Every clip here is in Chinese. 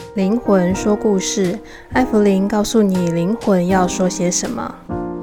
灵魂说故事，艾芙灵告诉你灵魂要说些什么。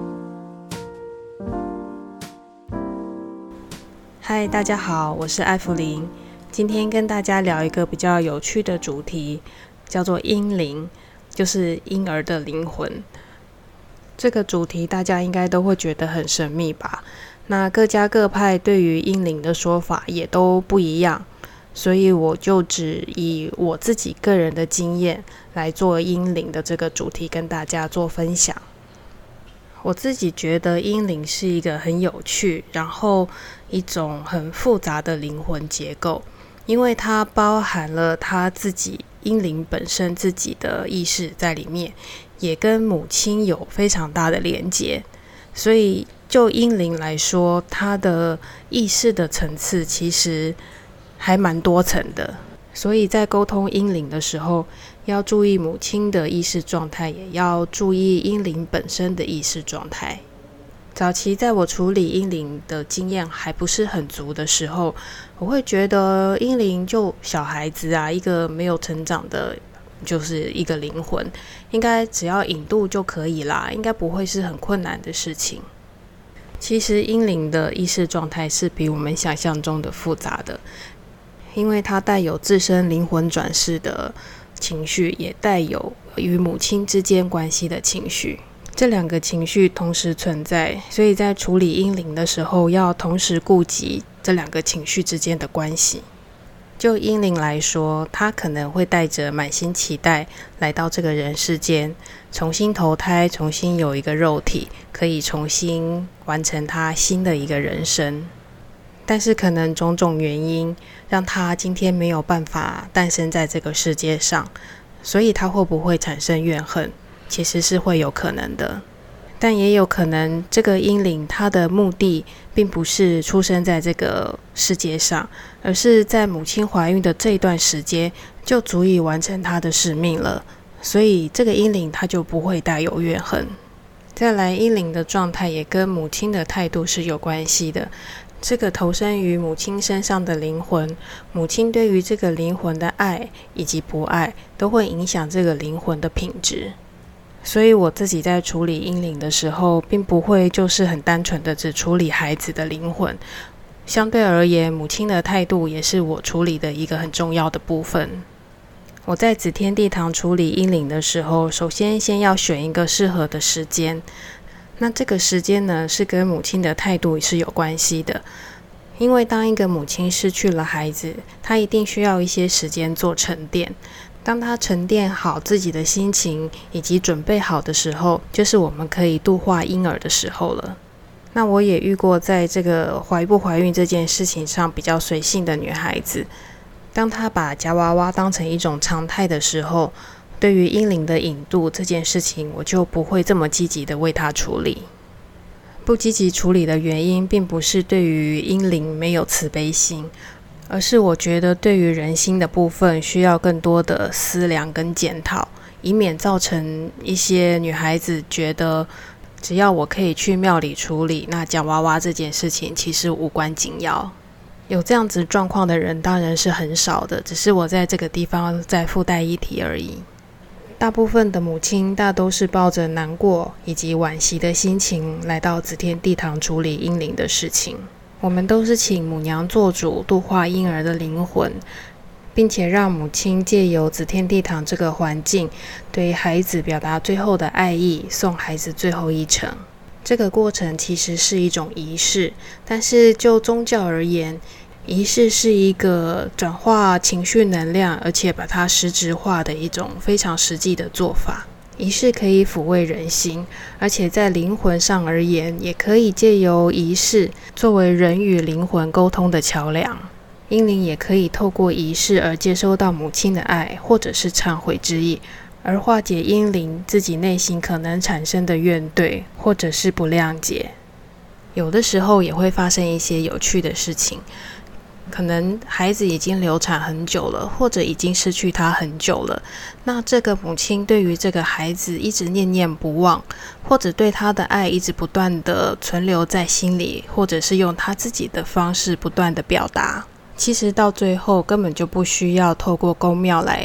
嗨，大家好，我是艾芙灵。今天跟大家聊一个比较有趣的主题，叫做婴灵，就是婴儿的灵魂。这个主题大家应该都会觉得很神秘吧？那各家各派对于婴灵的说法也都不一样。所以我就只以我自己个人的经验来做婴灵的这个主题跟大家做分享。我自己觉得婴灵是一个很有趣，然后一种很复杂的灵魂结构，因为它包含了它自己婴灵本身自己的意识在里面，也跟母亲有非常大的连结。所以就婴灵来说，它的意识的层次其实还蛮多层的，所以在沟通婴灵的时候，要注意母亲的意识状态，也要注意婴灵本身的意识状态。早期在我处理婴灵的经验还不是很足的时候，我会觉得婴灵就小孩子啊，一个没有成长的，就是一个灵魂，应该只要引渡就可以啦，应该不会是很困难的事情。其实婴灵的意识状态是比我们想象中的复杂的，因为它带有自身灵魂转世的情绪，也带有与母亲之间关系的情绪。这两个情绪同时存在，所以在处理婴灵的时候，要同时顾及这两个情绪之间的关系。就婴灵来说，他可能会带着满心期待来到这个人世间，重新投胎，重新有一个肉体，可以重新完成他新的一个人生。但是可能种种原因让他今天没有办法诞生在这个世界上，所以他会不会产生怨恨，其实是会有可能的。但也有可能这个婴灵他的目的并不是出生在这个世界上，而是在母亲怀孕的这一段时间就足以完成他的使命了，所以这个婴灵他就不会带有怨恨。再来，婴灵的状态也跟母亲的态度是有关系的。这个投身于母亲身上的灵魂，母亲对于这个灵魂的爱以及不爱，都会影响这个灵魂的品质。所以我自己在处理婴灵的时候，并不会就是很单纯的只处理孩子的灵魂。相对而言，母亲的态度也是我处理的一个很重要的部分。我在紫天地堂处理婴灵的时候，首先要选一个适合的时间。那这个时间呢，是跟母亲的态度是有关系的。因为当一个母亲失去了孩子，她一定需要一些时间做沉淀。当她沉淀好自己的心情以及准备好的时候，就是我们可以度化婴儿的时候了。那我也遇过在这个怀不怀孕这件事情上比较随性的女孩子，当她把夹娃娃当成一种常态的时候，对于婴灵的引渡这件事情，我就不会这么积极的为她处理。不积极处理的原因，并不是对于婴灵没有慈悲心，而是我觉得对于人心的部分需要更多的思量跟检讨，以免造成一些女孩子觉得只要我可以去庙里处理，那夹娃娃这件事情其实无关紧要。有这样子状况的人当然是很少的，只是我在这个地方再附带一提而已。大部分的母亲大都是抱着难过以及惋惜的心情来到紫天地堂处理婴灵的事情。我们都是请母娘做主，度化婴儿的灵魂，并且让母亲借由紫天地堂这个环境，对孩子表达最后的爱意，送孩子最后一程。这个过程其实是一种仪式，但是就宗教而言，仪式是一个转化情绪能量，而且把它实质化的一种非常实际的做法。仪式可以抚慰人心，而且在灵魂上而言，也可以借由仪式作为人与灵魂沟通的桥梁。婴灵也可以透过仪式而接收到母亲的爱，或者是忏悔之意，而化解婴灵自己内心可能产生的怨怼，或者是不谅解。有的时候也会发生一些有趣的事情，可能孩子已经流产很久了，或者已经失去他很久了，那这个母亲对于这个孩子一直念念不忘，或者对他的爱一直不断的存留在心里，或者是用他自己的方式不断的表达。其实到最后根本就不需要透过宫庙来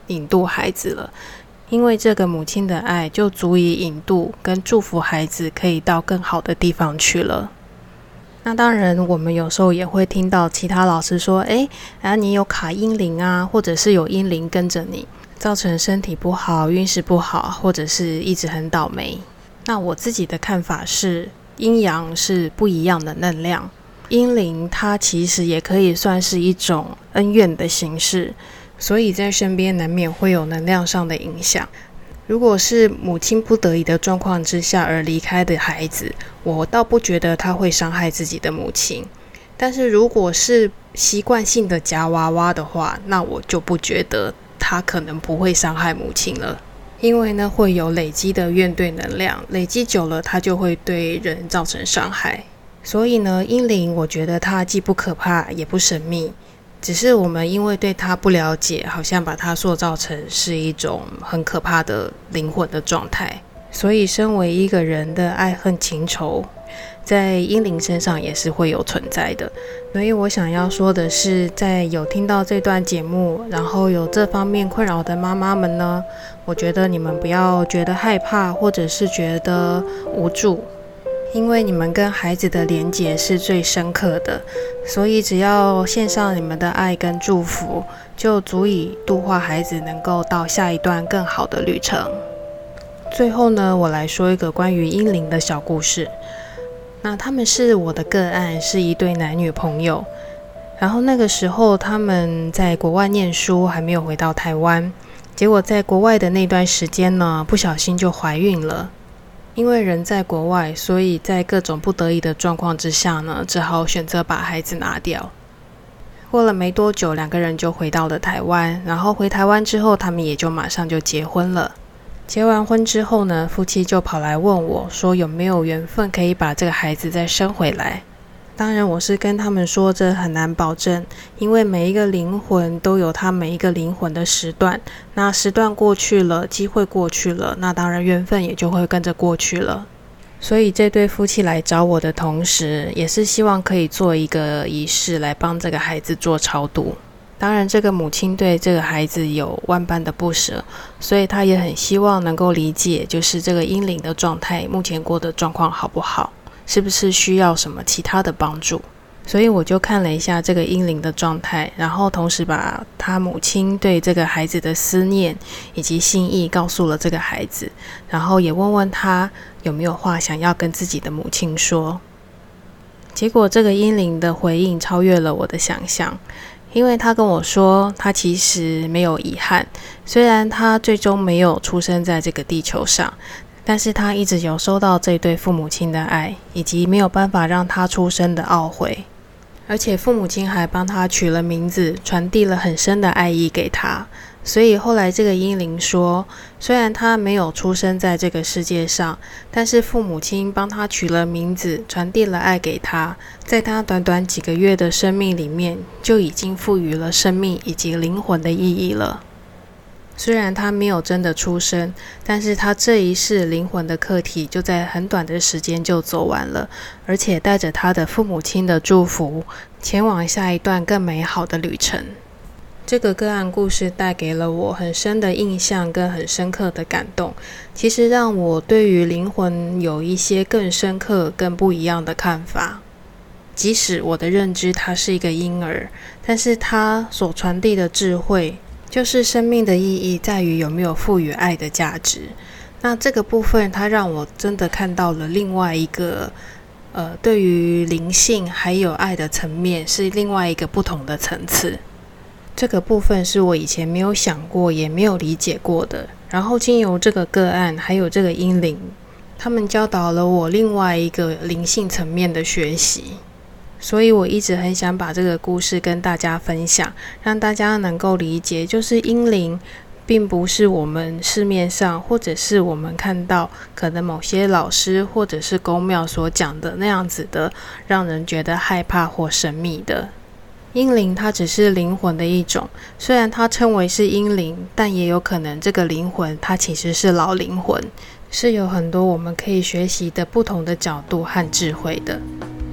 引渡孩子了，因为这个母亲的爱就足以引渡跟祝福孩子可以到更好的地方去了。那当然我们有时候也会听到其他老师说你有卡阴灵啊，或者是有阴灵跟着你，造成身体不好、运势不好，或者是一直很倒霉。那我自己的看法是，阴阳是不一样的能量，阴灵它其实也可以算是一种恩怨的形式，所以在身边难免会有能量上的影响。如果是母亲不得已的状况之下而离开的孩子，我倒不觉得他会伤害自己的母亲，但是如果是习惯性的夹娃娃的话，那我就不觉得他可能不会伤害母亲了，因为呢会有累积的怨怼能量，累积久了它就会对人造成伤害。所以呢，阴灵我觉得它既不可怕也不神秘，只是我们因为对它不了解，好像把它塑造成是一种很可怕的灵魂的状态。所以身为一个人的爱恨情仇，在阴灵身上也是会有存在的。所以我想要说的是，在有听到这段节目，然后有这方面困扰的妈妈们呢，我觉得你们不要觉得害怕，或者是觉得无助，因为你们跟孩子的连结是最深刻的，所以只要献上你们的爱跟祝福，就足以度化孩子能够到下一段更好的旅程。最后呢，我来说一个关于阴灵的小故事。那他们是我的个案，是一对男女朋友，然后那个时候他们在国外念书，还没有回到台湾，结果在国外的那段时间呢，不小心就怀孕了。因为人在国外，所以在各种不得已的状况之下呢，只好选择把孩子拿掉。过了没多久，两个人就回到了台湾，然后回台湾之后，他们也就马上就结婚了。结完婚之后呢，夫妻就跑来问我说有没有缘分可以把这个孩子再生回来。当然我是跟他们说这很难保证，因为每一个灵魂都有他每一个灵魂的时段，那时段过去了，机会过去了，那当然缘分也就会跟着过去了。所以这对夫妻来找我的同时，也是希望可以做一个仪式来帮这个孩子做超度。当然这个母亲对这个孩子有万般的不舍，所以她也很希望能够理解，就是这个阴灵的状态目前过的状况好不好，是不是需要什么其他的帮助。所以我就看了一下这个阴灵的状态，然后同时把他母亲对这个孩子的思念以及心意告诉了这个孩子，然后也问问他有没有话想要跟自己的母亲说。结果这个阴灵的回应超越了我的想象，因为他跟我说他其实没有遗憾，虽然他最终没有出生在这个地球上，但是他一直有收到这对父母亲的爱，以及没有办法让他出生的懊悔，而且父母亲还帮他取了名字，传递了很深的爱意给他。所以后来这个阴灵说，虽然他没有出生在这个世界上，但是父母亲帮他取了名字，传递了爱给他，在他短短几个月的生命里面，就已经赋予了生命以及灵魂的意义了。虽然他没有真的出生，但是他这一世灵魂的课题就在很短的时间就走完了，而且带着他的父母亲的祝福，前往下一段更美好的旅程。这个个案故事带给了我很深的印象跟很深刻的感动，其实让我对于灵魂有一些更深刻更不一样的看法。即使我的认知它是一个婴儿，但是它所传递的智慧，就是生命的意义在于有没有赋予爱的价值。那这个部分它让我真的看到了另外一个对于灵性还有爱的层面，是另外一个不同的层次。这个部分是我以前没有想过也没有理解过的，然后经由这个个案还有这个阴灵，他们教导了我另外一个灵性层面的学习。所以我一直很想把这个故事跟大家分享，让大家能够理解，就是阴灵并不是我们市面上或者是我们看到可能某些老师或者是宫庙所讲的那样子的让人觉得害怕或神秘的。阴灵它只是灵魂的一种，虽然它称为是阴灵，但也有可能这个灵魂它其实是老灵魂，是有很多我们可以学习的不同的角度和智慧的。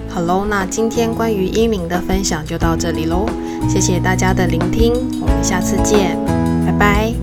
好喽，那今天关于阴灵的分享就到这里喽，谢谢大家的聆听，我们下次见，拜拜。